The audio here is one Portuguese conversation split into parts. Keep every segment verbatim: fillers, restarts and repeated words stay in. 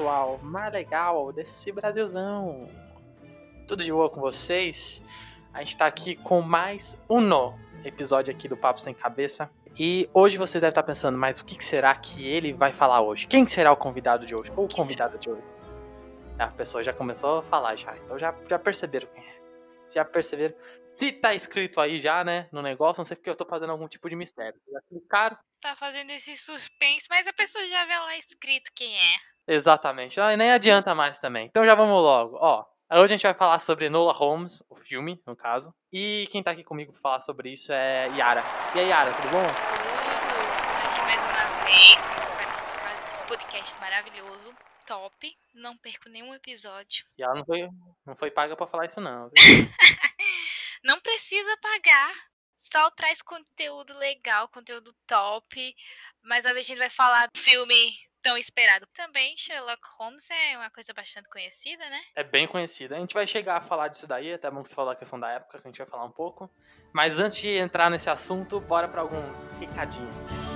pessoal mais legal desse Brasilzão. Tudo de boa com vocês? A gente tá aqui com mais um episódio aqui do Papo Sem Cabeça. E hoje vocês devem estar pensando, mas o que será que ele vai falar hoje? Quem será o convidado de hoje? Ou o convidado de hoje? A pessoa já começou a falar já, então já, já perceberam quem é. Já perceberam? Se tá escrito aí já, né, no negócio, não sei porque eu tô fazendo algum tipo de mistério. Já clicaram? Tá fazendo esse suspense, mas a pessoa já vê lá escrito quem é. Exatamente. Ah, nem adianta mais também. Então já vamos logo. Ó, hoje a gente vai falar sobre Enola Holmes, o filme, no caso. E quem tá aqui comigo pra falar sobre isso é Yara. E aí, Yara, tudo bom? Tudo. Tô aqui mais uma vez pra participar desse podcast maravilhoso. Top. Não perco nenhum episódio. E ela não foi, não foi paga pra falar isso não, viu? Não precisa pagar. Só traz conteúdo legal, conteúdo top. Mas a gente vai falar do filme tão esperado. Também Sherlock Holmes é uma coisa bastante conhecida, né? É bem conhecida. A gente vai chegar a falar disso daí, até bom que você falou a questão da época, que a gente vai falar um pouco. Mas antes de entrar nesse assunto, bora pra alguns recadinhos.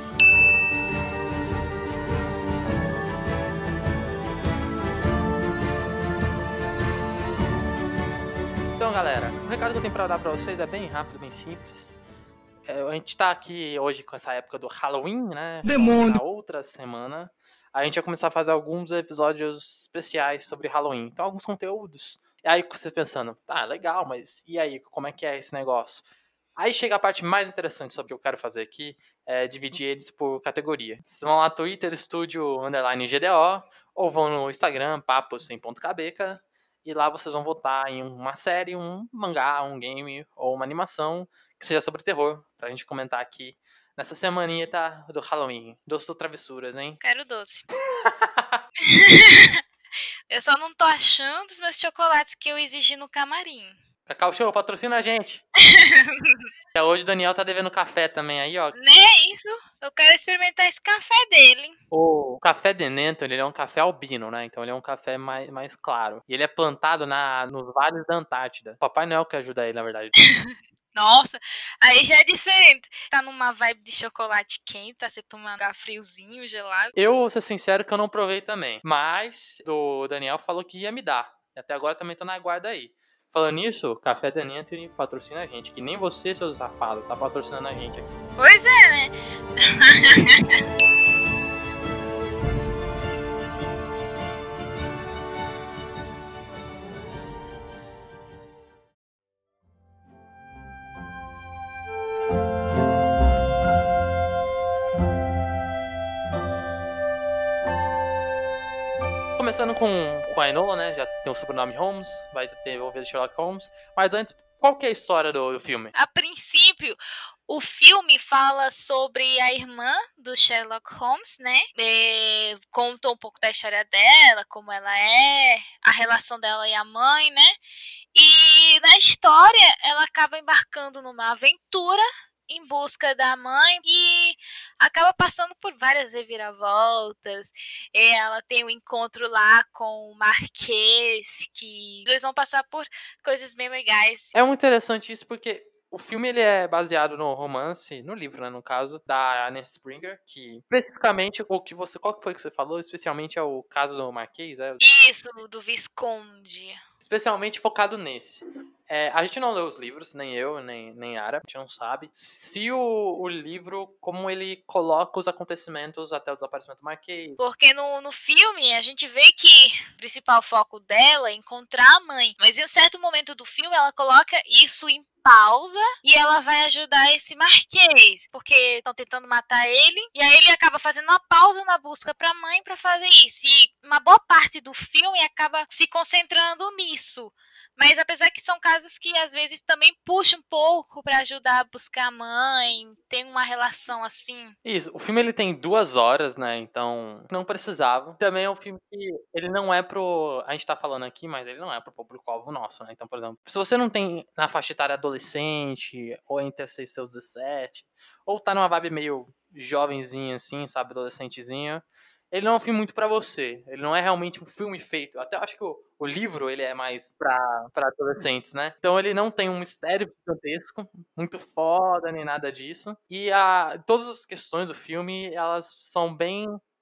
Então, galera, o recado que eu tenho pra dar pra vocês é bem rápido, bem simples. É, a gente tá aqui hoje com essa época do Halloween, né? Demônio! Na outra semana, a gente vai começar a fazer alguns episódios especiais sobre Halloween. Então, alguns conteúdos. E aí você pensando, tá, legal, mas e aí, como é que é esse negócio? Aí chega a parte mais interessante sobre o que eu quero fazer aqui, é dividir eles por categoria. Vocês vão lá, Twitter, Studio, underline G D O, ou vão no Instagram, papos sem ponto cabeca, e lá vocês vão votar em uma série, um mangá, um game ou uma animação que seja sobre terror, pra gente comentar aqui nessa semaninha tá, do Halloween. Doce ou travessuras, hein? Quero doce. Eu só não tô achando os meus chocolates que eu exigi no camarim. Cacau Show, patrocina a gente. Até hoje o Daniel tá devendo café também aí, ó. Né, isso? Eu quero experimentar esse café dele. O café Denento, ele é um café albino, né? Então ele é um café mais, mais claro. E ele é plantado na, nos vales da Antártida. Papai Noel que ajuda ele, na verdade. Nossa, aí já é diferente. Tá numa vibe de chocolate quente, tá você tomando um friozinho, gelado. Eu vou ser sincero que eu não provei também. Mas o Daniel falou que ia me dar. E até agora também tô na guarda aí. Falando nisso, Café Denento patrocina a gente. Que nem você, seu safado, tá patrocinando a gente aqui. Pois é, né? Começando com, com a Enola, né? Já tem o sobrenome Holmes, vai ter envolvido Sherlock Holmes. Mas antes, qual que é a história do, do filme? A princípio, o filme fala sobre a irmã do Sherlock Holmes, né? É, conta um pouco da história dela, como ela é, a relação dela e a mãe, né? E na história, ela acaba embarcando numa aventura em busca da mãe e acaba passando por várias reviravoltas. Ela tem um encontro lá com o Marquês, que eles vão passar por coisas bem legais. É muito interessante isso porque o filme ele é baseado no romance, no livro, né, no caso, da Anne Springer, que especificamente o que você, qual que foi que você falou, especialmente é o caso do Marquês, é? Isso, do Visconde. Especialmente focado nesse. É, a gente não leu os livros, nem eu, nem, nem Ara, a gente não sabe se o, o livro, como ele coloca os acontecimentos até o desaparecimento do Marquês. Porque no, no filme a gente vê que o principal foco dela é encontrar a mãe. Mas em um certo momento do filme ela coloca isso em pausa e ela vai ajudar esse Marquês, porque estão tentando matar ele, e aí ele acaba fazendo uma pausa na busca pra mãe pra fazer isso. E uma boa parte do filme acaba se concentrando nisso. Mas apesar que são casos que às vezes também puxam um pouco pra ajudar a buscar a mãe, tem uma relação assim. Isso, o filme ele tem duas horas, né? Então não precisava. Também é um filme que ele não é pro. A gente tá falando aqui, mas ele não é pro público-alvo nosso, né? Então, por exemplo, se você não tem na faixa etária adolescente, ou entre seis e seus dezessete, ou tá numa vibe meio jovenzinha, assim, sabe, adolescentezinha, ele não é um filme muito pra você. Ele não é realmente um filme feito. Até eu acho que o, o livro ele é mais pra, pra adolescentes, né? Então ele não tem um mistério gigantesco, muito foda, nem nada disso. E a, todas as questões do filme, elas são bem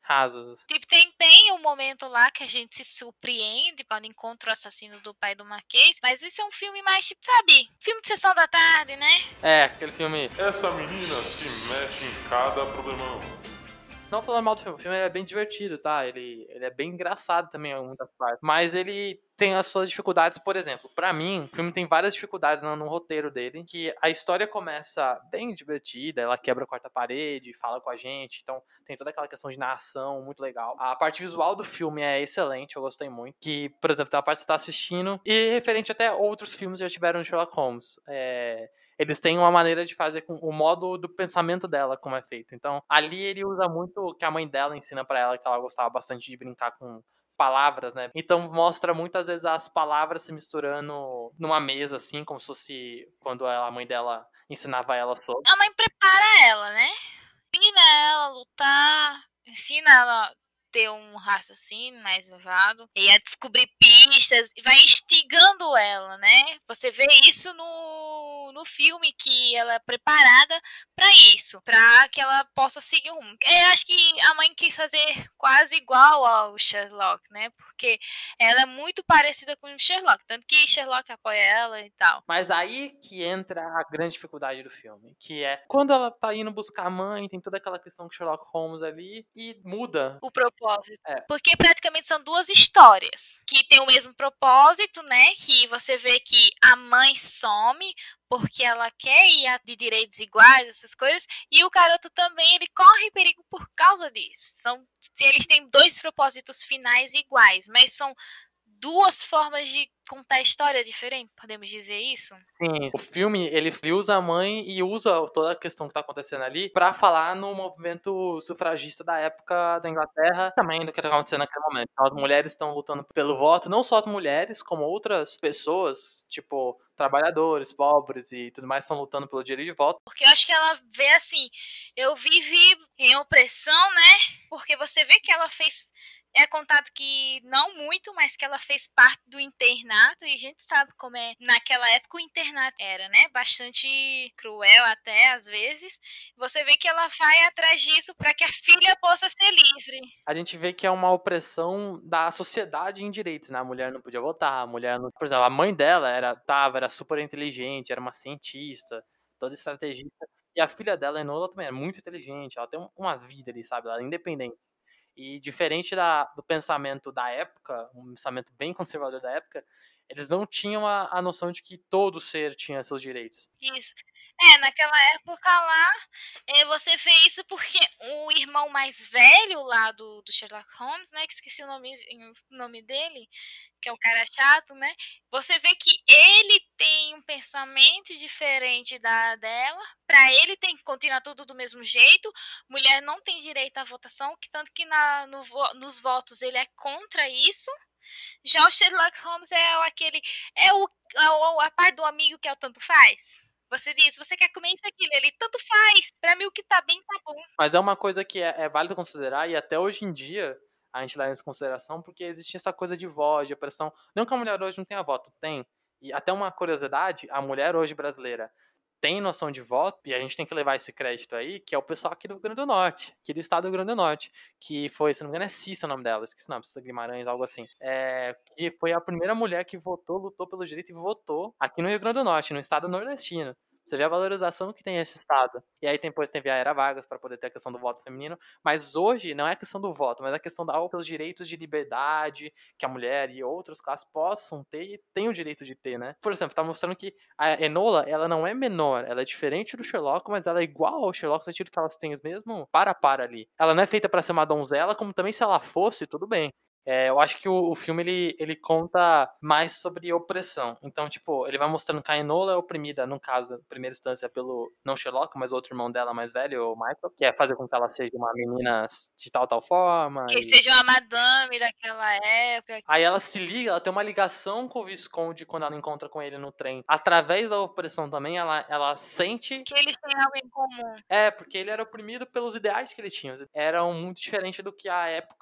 rasas. Tipo, tem, tem um momento lá que a gente se surpreende quando encontra o assassino do pai do Marquês, mas isso é um filme mais, tipo, sabe, filme de sessão da tarde, né? É, aquele filme... Essa menina se mete em cada problemão. Não falando mal do filme, o filme é bem divertido, tá? Ele, ele é bem engraçado também em muitas partes. Mas ele tem as suas dificuldades, por exemplo. Pra mim, o filme tem várias dificuldades no, no roteiro dele. Que a história começa bem divertida, ela quebra a quarta parede, fala com a gente. Então tem toda aquela questão de narração, muito legal. A parte visual do filme é excelente, eu gostei muito. Que, por exemplo, tem uma parte que você tá assistindo. E referente até a outros filmes que já tiveram de Sherlock Holmes. É... Eles têm uma maneira de fazer com o modo do pensamento dela, como é feito. Então, ali ele usa muito o que a mãe dela ensina pra ela, que ela gostava bastante de brincar com palavras, né? Então, mostra muitas vezes as palavras se misturando numa mesa, assim, como se fosse quando a mãe dela ensinava ela sobre. A mãe prepara ela, né? Ensina ela a lutar, ensina ela a ter um raciocínio mais elevado e a descobrir pistas, e vai instigando ela, né? Você vê isso no, no filme, que ela é preparada para isso, para que ela possa seguir um rumo. Eu acho que a mãe quis fazer quase igual ao Sherlock, né? Porque ela é muito parecida com o Sherlock, tanto que Sherlock apoia ela e tal. Mas aí que entra a grande dificuldade do filme, que é quando ela tá indo buscar a mãe, tem toda aquela questão com Sherlock Holmes ali, e muda. O propósito. É. Porque praticamente são duas histórias que tem o mesmo propósito, né? Que você vê que a mãe some porque ela quer ir de direitos iguais, essas coisas, e o garoto também, ele corre perigo por causa disso. São, eles têm dois propósitos finais iguais, mas são duas formas de contar a história diferente, podemos dizer isso? Sim, o filme, ele usa a mãe e usa toda a questão que tá acontecendo ali pra falar no movimento sufragista da época da Inglaterra, também do que tá acontecendo naquele momento. Então, as mulheres estão lutando pelo voto, não só as mulheres, como outras pessoas, tipo, trabalhadores, pobres e tudo mais, estão lutando pelo direito de voto. Porque eu acho que ela vê assim, eu vivi em opressão, né? Porque você vê que ela fez... É contado que não muito, mas que ela fez parte do internato, e a gente sabe como é. Naquela época o internato era, né? Bastante cruel até, às vezes. Você vê que ela vai atrás disso para que a filha possa ser livre. A gente vê que é uma opressão da sociedade em direitos, né? A mulher não podia votar, a mulher não... Por exemplo, a mãe dela era, tava, era super inteligente, era uma cientista, toda estrategista. E a filha dela, Enola, também é muito inteligente, ela tem uma vida ali, sabe? Ela é independente. E diferente da, do pensamento da época, um pensamento bem conservador da época, eles não tinham a, a noção de que todo ser tinha seus direitos. Isso. É, naquela época lá, é, você vê isso porque o irmão mais velho lá do, do Sherlock Holmes, né, que esqueci o nome, o nome dele, que é o cara chato, né, você vê que ele tem um pensamento diferente da dela, pra ele tem que continuar tudo do mesmo jeito, mulher não tem direito à votação, que tanto que na, no, nos votos ele é contra isso. Já o Sherlock Holmes é aquele, é o, a, a parte do amigo que é o tanto faz. Você diz, você quer comer isso aqui? Ele, tanto faz. Pra mim o que tá bem tá bom. Mas é uma coisa que é, é válido considerar, e até hoje em dia a gente leva isso em consideração, porque existe essa coisa de voz, de opressão. Não que a mulher hoje não tenha voto, tem. E até uma curiosidade, a mulher hoje brasileira tem noção de voto, e a gente tem que levar esse crédito aí, que é o pessoal aqui do Rio Grande do Norte, aqui do estado do Rio Grande do Norte, que foi, se não me engano, é Cissa o nome dela, esqueci o nome, Cissa Guimarães, algo assim. É, que foi a primeira mulher que votou, lutou pelo direito e votou aqui no Rio Grande do Norte, no estado nordestino. Você vê a valorização que tem esse estado. E aí depois teve a Era Vargas para poder ter a questão do voto feminino. Mas hoje não é a questão do voto, mas é a questão da, pelos direitos de liberdade que a mulher e outras classes possam ter e têm o direito de ter, né? Por exemplo, tá mostrando que a Enola, ela não é menor, ela é diferente do Sherlock, mas ela é igual ao Sherlock no sentido que elas têm os mesmos para a para ali. Ela não é feita para ser uma donzela, como também se ela fosse, tudo bem. É, eu acho que o, o filme, ele, ele conta mais sobre opressão. Então, tipo, ele vai mostrando que a Enola é oprimida, no caso, em primeira instância, pelo, não Sherlock, mas outro irmão dela mais velho, o Michael, que é fazer com que ela seja uma menina de tal, tal forma. Que e... seja uma madame daquela época. Aí ela se liga, ela tem uma ligação com o Visconde quando ela encontra com ele no trem. Através da opressão também, ela, ela sente... Que eles têm algo em comum. É, porque ele era oprimido pelos ideais que ele tinha. Eram muito diferentes do que a época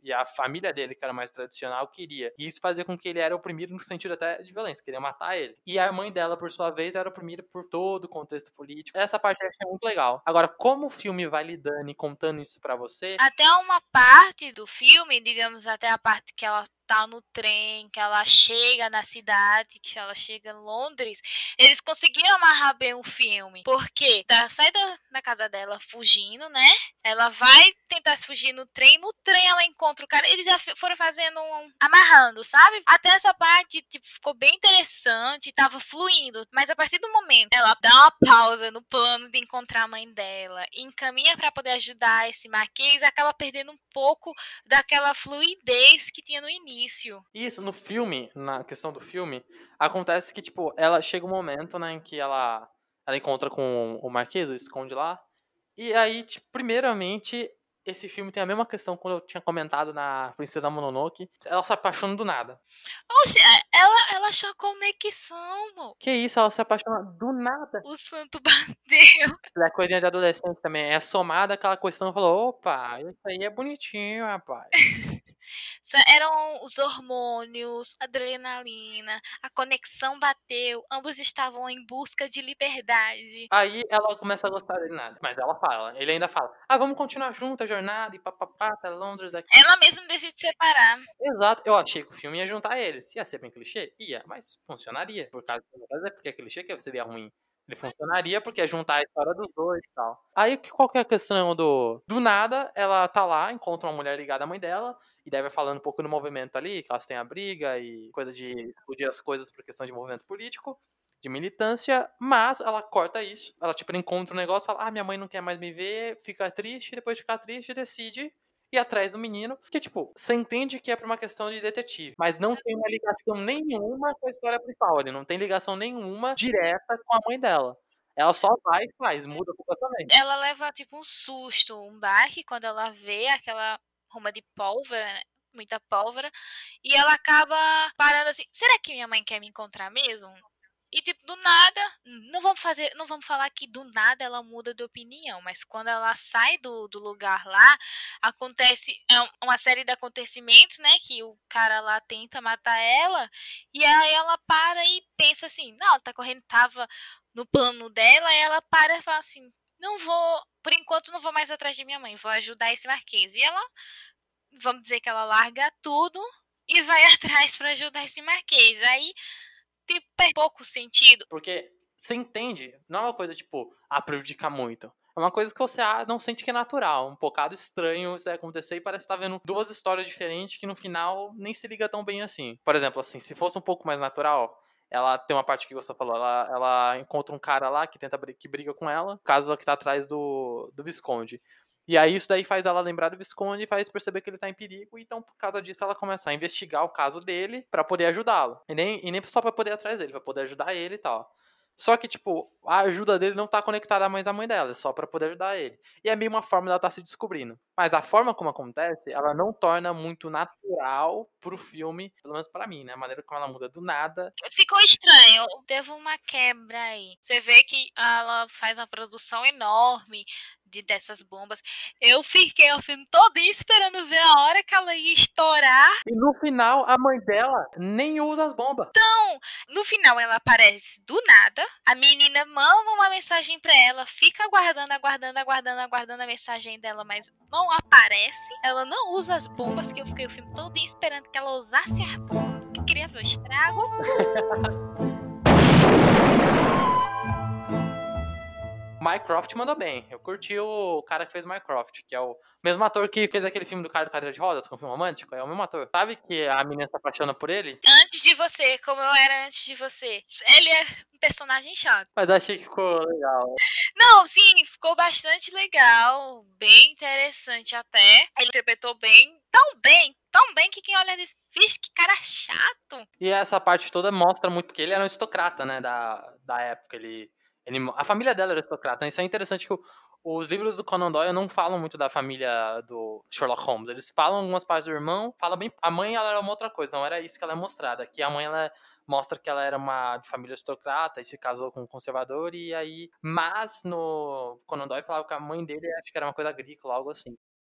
E a família dele, que era mais tradicional, queria. E isso fazia com que ele era oprimido no sentido até de violência, queria matar ele. E a mãe dela, por sua vez, era oprimida por todo o contexto político. Essa parte eu achei muito legal. Agora, como o filme vai lidando e contando isso pra você... Até uma parte do filme, digamos, até a parte que ela tá no trem, que ela chega na cidade, que ela chega em Londres, eles conseguiram amarrar bem o filme. Porque tá, sai da, da casa dela fugindo, né? Ela vai tentar se fugir no trem, no trem ela encontra o cara, eles já foram fazendo um... amarrando, sabe? Até essa parte, tipo, ficou bem interessante, tava fluindo. Mas a partir do momento ela dá uma pausa no plano de encontrar a mãe dela, e encaminha pra poder ajudar esse Marquês, acaba perdendo um pouco daquela fluidez que tinha no início. Isso, no filme, na questão do filme, acontece que, tipo, ela chega um momento, né, em que ela, ela encontra com o Marquês, o esconde lá, e aí, tipo, primeiramente, esse filme tem a mesma questão quando eu tinha comentado na Princesa Mononoke, ela se apaixona do nada. Oxe, ela, ela achou a conexão, amor. Que isso, ela se apaixona do nada. O santo bateu. É coisinha de adolescente também, é somada aquela questão, falou, opa, isso aí é bonitinho, rapaz. Eram os hormônios, adrenalina, a conexão bateu, ambos estavam em busca de liberdade. Aí ela começa a gostar dele nada, mas ela fala, ele ainda fala, ah, vamos continuar junto a jornada e papapá, até Londres aqui. Ela mesma decide separar. Exato, eu achei que o filme ia juntar eles, ia ser bem clichê? Ia, mas funcionaria, por causa é porque é clichê que seria ruim. Ele funcionaria porque é juntar a história dos dois e tal. Aí, qual que é a questão do... Do nada, ela tá lá, encontra uma mulher ligada à mãe dela, e daí vai falando um pouco do movimento ali, que elas têm a briga e coisa de explodir as coisas por questão de movimento político, de militância, mas ela corta isso. Ela, tipo, encontra um negócio, fala, ah, minha mãe não quer mais me ver, fica triste, depois de ficar triste, decide ir atrás do menino, que, tipo, você entende que é por uma questão de detetive, mas não tem uma ligação nenhuma com a história principal, ele não tem ligação nenhuma direta com a mãe dela. Ela só vai e faz, muda completamente. Ela leva, tipo, um susto, um baque, quando ela vê aquela ruma de pólvora, né? Muita pólvora, e ela acaba parando assim, será que minha mãe quer me encontrar mesmo? E, tipo, do nada, não vamos fazer, não vamos falar que do nada ela muda de opinião, mas quando ela sai do, do lugar lá, acontece uma série de acontecimentos, né, que o cara lá tenta matar ela, e aí ela para e pensa assim, não, ela tá correndo, tava no plano dela, e ela para e fala assim, não vou, por enquanto não vou mais atrás de minha mãe, vou ajudar esse Marquês. E ela, vamos dizer que ela larga tudo e vai atrás pra ajudar esse Marquês. Aí tem pouco sentido. Porque você entende, não é uma coisa tipo, a prejudicar muito. É uma coisa que você ah, não sente que é natural, um bocado estranho isso acontecer e parece que tá vendo duas histórias diferentes que no final nem se liga tão bem assim. Por exemplo, assim, se fosse um pouco mais natural, ela tem uma parte que você falou, ela, ela encontra um cara lá que tenta que briga com ela, caso que tá atrás do, do Visconde. E aí isso daí faz ela lembrar do Visconde e faz perceber que ele tá em perigo, então por causa disso ela começa a investigar o caso dele pra poder ajudá-lo. E nem, e nem só pra poder ir atrás dele, pra poder ajudar ele e tal. Só que, tipo, a ajuda dele não tá conectada mais à mãe dela, é só pra poder ajudar ele. E é meio uma forma dela tá se descobrindo. Mas a forma como acontece, ela não torna muito natural pro filme, pelo menos pra mim, né? A maneira como ela muda do nada. Ficou estranho, teve uma quebra aí. Você vê que ela faz uma produção enorme de, dessas bombas. Eu fiquei o filme todo esperando ver a hora que ela ia estourar. E no final, a mãe dela nem usa as bombas. Então, no final ela aparece do nada. A menina manda uma mensagem pra ela, fica aguardando, aguardando, aguardando, aguardando a mensagem dela, mas não aparece. Ela não usa as bombas, que eu fiquei o filme todo esperando que ela usasse as bombas, porque eu queria ver o estrago. Mycroft mandou bem. Eu curti o cara que fez Mycroft, que é o mesmo ator que fez aquele filme do cara do Cadeira de Rodas, com um filme romântico. É o mesmo ator. Sabe que a menina se apaixona por ele? Antes de você, como eu era antes de você. Ele é um personagem chato. Mas achei que ficou legal. Não, sim, ficou bastante legal. Bem interessante até. Ele interpretou bem, tão bem, tão bem que quem olha diz, vixe, que cara chato. E essa parte toda mostra muito, porque ele era um aristocrata, né, da, da época. Ele... Ele, a família dela era aristocrata. Isso é interessante que o, os livros do Conan Doyle não falam muito da família do Sherlock Holmes. Eles falam algumas partes do irmão, fala bem. A mãe ela era uma outra coisa, não era isso que ela é mostrada. Aqui a mãe ela mostra que ela era uma de família aristocrata e se casou com um conservador e aí, mas no Conan Doyle falava que a mãe dele acho que era uma coisa agrícola, algo assim.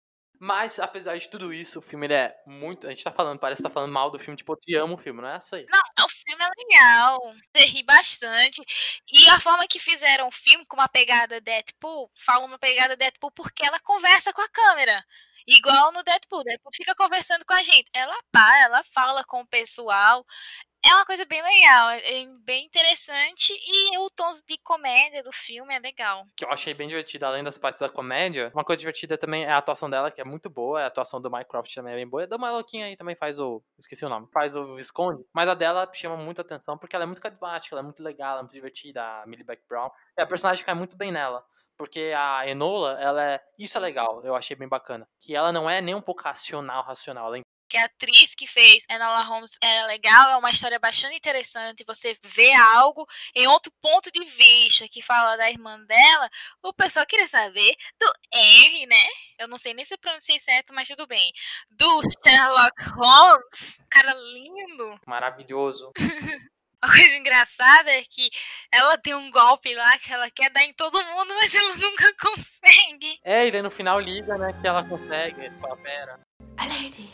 Mas, apesar de tudo isso, o filme ele é muito... A gente tá falando, parece que tá falando mal do filme, tipo, eu te amo o filme, não é essa aí. Não, o filme é legal, você ri bastante. E a forma que fizeram o filme, com uma pegada Deadpool, fala uma pegada Deadpool porque ela conversa com a câmera. Igual no Deadpool, Deadpool fica conversando com a gente. Ela para, ela fala com o pessoal. É uma coisa bem legal, é bem interessante e o tom de comédia do filme é legal. Que eu achei bem divertido, além das partes da comédia. Uma coisa divertida também é a atuação dela, que é muito boa. A atuação do Mycroft também é bem boa. E da maluquinha aí também faz o... Esqueci o nome. Faz o Visconde. Mas a dela chama muita atenção porque ela é muito carismática, ela é muito legal, ela é muito divertida, a Millie Bobby Brown. E a personagem cai muito bem nela. Porque a Enola, ela é... Isso é legal, eu achei bem bacana. Que ela não é nem um pouco racional, racional. Ela é Que a atriz que fez Enola Holmes é legal, é uma história bastante interessante. Você vê algo em outro ponto de vista, que fala da irmã dela. O pessoal queria saber do Henry, né? Eu não sei nem se eu pronunciei certo, mas tudo bem. Do Sherlock Holmes, cara lindo. maravilhoso. A coisa engraçada é que ela tem um golpe lá que ela quer dar em todo mundo, mas ela nunca consegue. É, e daí no final liga, né, que ela consegue. Ele fala, pera. A lady.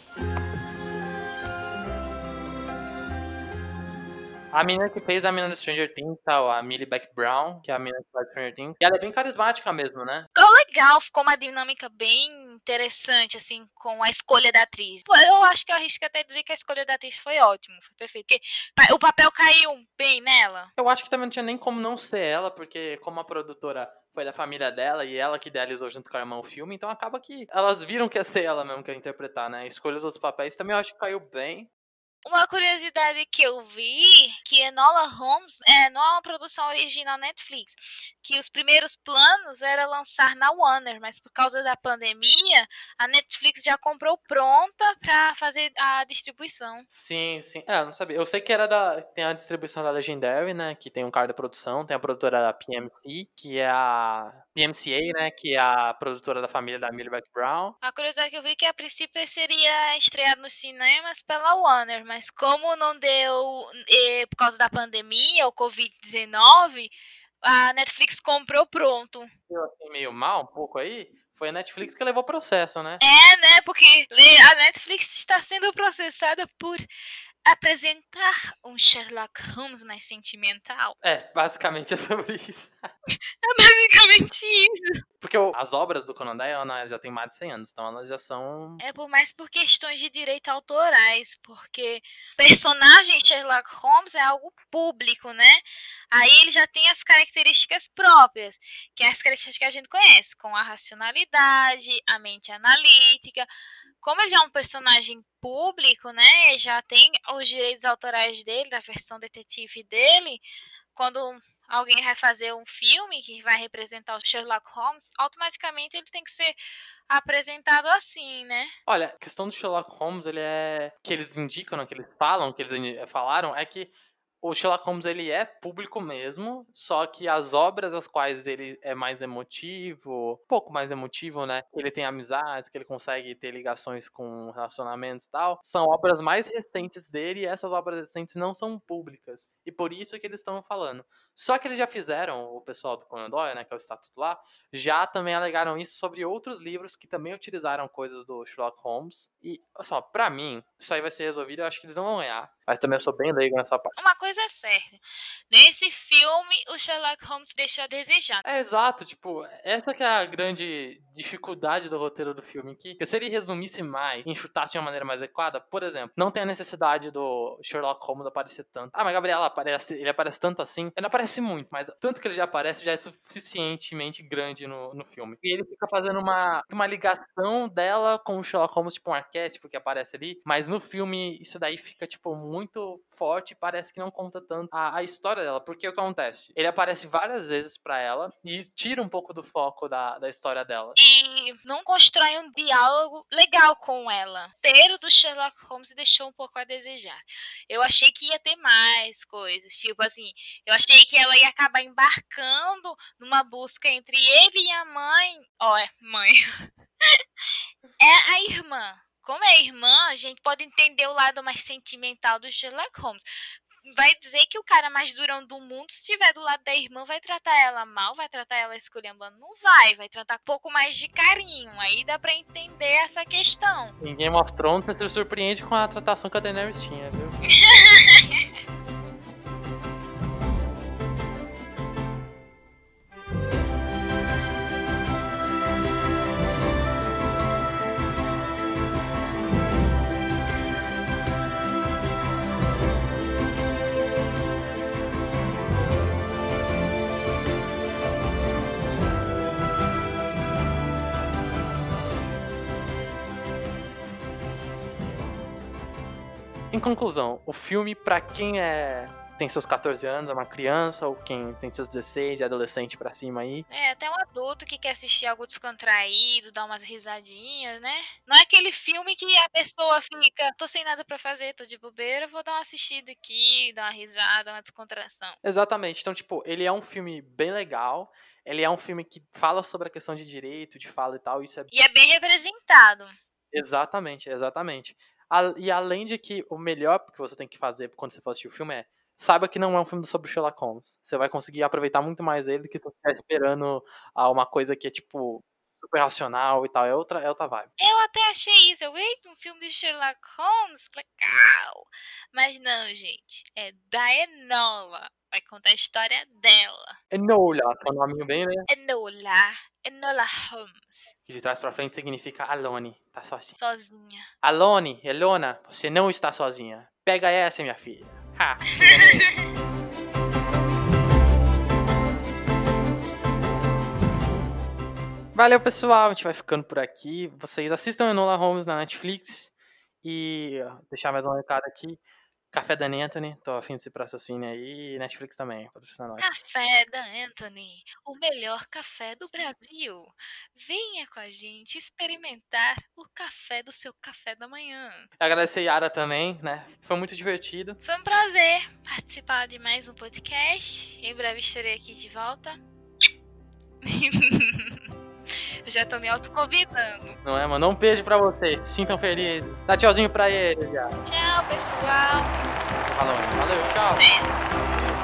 A menina que fez a menina do Stranger Things, tal, a Millie Bobby Brown, que é a menina que faz Stranger Things. E ela é bem carismática mesmo, né? Ficou legal, ficou uma dinâmica bem interessante, assim, com a escolha da atriz. Pô, eu acho que eu arrisco até dizer que a escolha da atriz foi ótima, foi perfeito. Porque pa- o papel caiu bem nela. Eu acho que também não tinha nem como não ser ela, porque como a produtora foi da família dela e ela que idealizou junto com a irmã o filme, então acaba que elas viram que ia ser ela mesmo que ia interpretar, né? Escolha os outros papéis também eu acho que caiu bem. Uma curiosidade que eu vi, que Enola Holmes é, não é uma produção original Netflix, que os primeiros planos era lançar na Warner, mas por causa da pandemia, a Netflix já comprou pronta para fazer a distribuição. Sim, sim. É, eu não sabia. Eu sei que era da. Tem a distribuição da Legendary, né? Que tem um cara da produção. Tem a produtora da P M C, que é a. P M C A, né? Que é a produtora da família da Millie Bobby Brown. A curiosidade que eu vi é que a princípio seria estreado nos cinemas pela Warner, mas como não deu eh, por causa da pandemia, o covid dezenove, a Netflix comprou pronto. Eu assim, meio mal um pouco aí. Foi a Netflix que levou o processo, né? É, né? Porque a Netflix está sendo processada por apresentar um Sherlock Holmes mais sentimental. É, basicamente é sobre isso. É basicamente isso. Porque o- as obras do Conan Doyle né, já tem mais de cem anos, então elas já são. É por mais por questões de direito autorais, porque o personagem Sherlock Holmes é algo público, né? Aí ele já tem as características próprias, que é as características que a gente conhece, com a racionalidade, a mente analítica. Como ele é um personagem público, né? Já tem os direitos autorais dele, da versão detetive dele. Quando alguém vai fazer um filme que vai representar o Sherlock Holmes, automaticamente ele tem que ser apresentado assim, né? Olha, a questão do Sherlock Holmes, ele é. Que eles indicam, né, que eles falam, que eles eh, falaram, é que o Sherlock Holmes ele é público mesmo, só que as obras as quais ele é mais emotivo, um pouco mais emotivo, né? Ele tem amizades, que ele consegue ter ligações com relacionamentos e tal, são obras mais recentes dele e essas obras recentes não são públicas. E por isso que eles estão falando. Só que eles já fizeram, o pessoal do Conan Doyle, né, que é o estatuto lá, já também alegaram isso sobre outros livros que também utilizaram coisas do Sherlock Holmes. E, só, pra mim, isso aí vai ser resolvido, eu acho que eles não vão ganhar. Mas também eu sou bem leigo nessa parte. Uma coisa é certa, nesse filme o Sherlock Holmes deixou a desejar. É exato, tipo, essa que é a grande dificuldade do roteiro do filme, que se ele resumisse mais, enxutasse de uma maneira mais adequada, por exemplo, não tem a necessidade do Sherlock Holmes aparecer tanto. Ah, mas Gabriela, aparece, ele aparece tanto assim? Ele não aparece muito, mas tanto que ele já aparece já é suficientemente grande no, no filme. E ele fica fazendo uma, uma ligação dela com o Sherlock Holmes, tipo um arquétipo que aparece ali, mas no filme isso daí fica, tipo, muito forte e parece que não conta tanto a, a história dela, porque o que acontece? Ele aparece várias vezes pra ela e tira um pouco do foco da, da história dela. E não constrói um diálogo legal com ela. O roteiro do Sherlock Holmes deixou um pouco a desejar. Eu achei que ia ter mais coisas. Tipo assim, eu achei que ela ia acabar embarcando numa busca entre ele e a mãe. Ó, é mãe. É a irmã. Como é irmã, a gente pode entender o lado mais sentimental do Sherlock Holmes. vai dizer que o cara mais durão do mundo, se estiver do lado da irmã, vai tratar ela mal, vai tratar ela esculhambando? Não vai, vai tratar com um pouco mais de carinho. Aí dá pra entender essa questão. Em Game of Thrones, você se surpreende com a tratação que a Daenerys tinha, viu? Em conclusão, o filme, pra quem é tem seus catorze anos, é uma criança, ou quem tem seus dezesseis, é adolescente pra cima aí. É, até um adulto que quer assistir algo descontraído, dar umas risadinhas, né? Não é aquele filme que a pessoa fica, tô sem nada pra fazer, tô de bobeira, vou dar uma assistida aqui, dar uma risada, uma descontração. Exatamente. Então, tipo, ele é um filme bem legal, ele é um filme que fala sobre a questão de direito, de fala e tal, isso é... E é bem representado. Exatamente, exatamente. A- E além de que o melhor que você tem que fazer quando você for assistir o filme é saiba que não é um filme sobre o Sherlock Holmes. Você vai conseguir aproveitar muito mais ele do que se você estiver esperando ah, uma coisa que é, tipo, super racional e tal. É outra, é outra vibe. Eu até achei isso, eu, eita, um filme de Sherlock Holmes, legal. Mas não, gente, é da Enola, vai contar a história dela. Enola, que é um nominho bem, né? Enola, Enola Holmes, Que de trás pra frente significa Alone. Tá sozinha. sozinha. Alone, Elona, você não está sozinha. Pega essa, minha filha. Ha! Valeu, pessoal. A gente vai ficando por aqui. Vocês assistam Enola Holmes na Netflix. E ó, deixar mais um recado aqui. Café da Anthony. Tô afim desse raciocínio aí. E Netflix também, patrocina nós. Café da Anthony, o melhor café do Brasil. Venha com a gente experimentar o café do seu café da manhã. Agradecer a Yara também, né? Foi muito divertido. Foi um prazer participar de mais um podcast. Em breve estarei aqui de volta. Eu já tô me autoconvidando. Não é, mano? Um beijo pra vocês. Se sintam felizes. Dá tchauzinho pra eles já. Tchau, pessoal. Falou, valeu, tchau. Espero.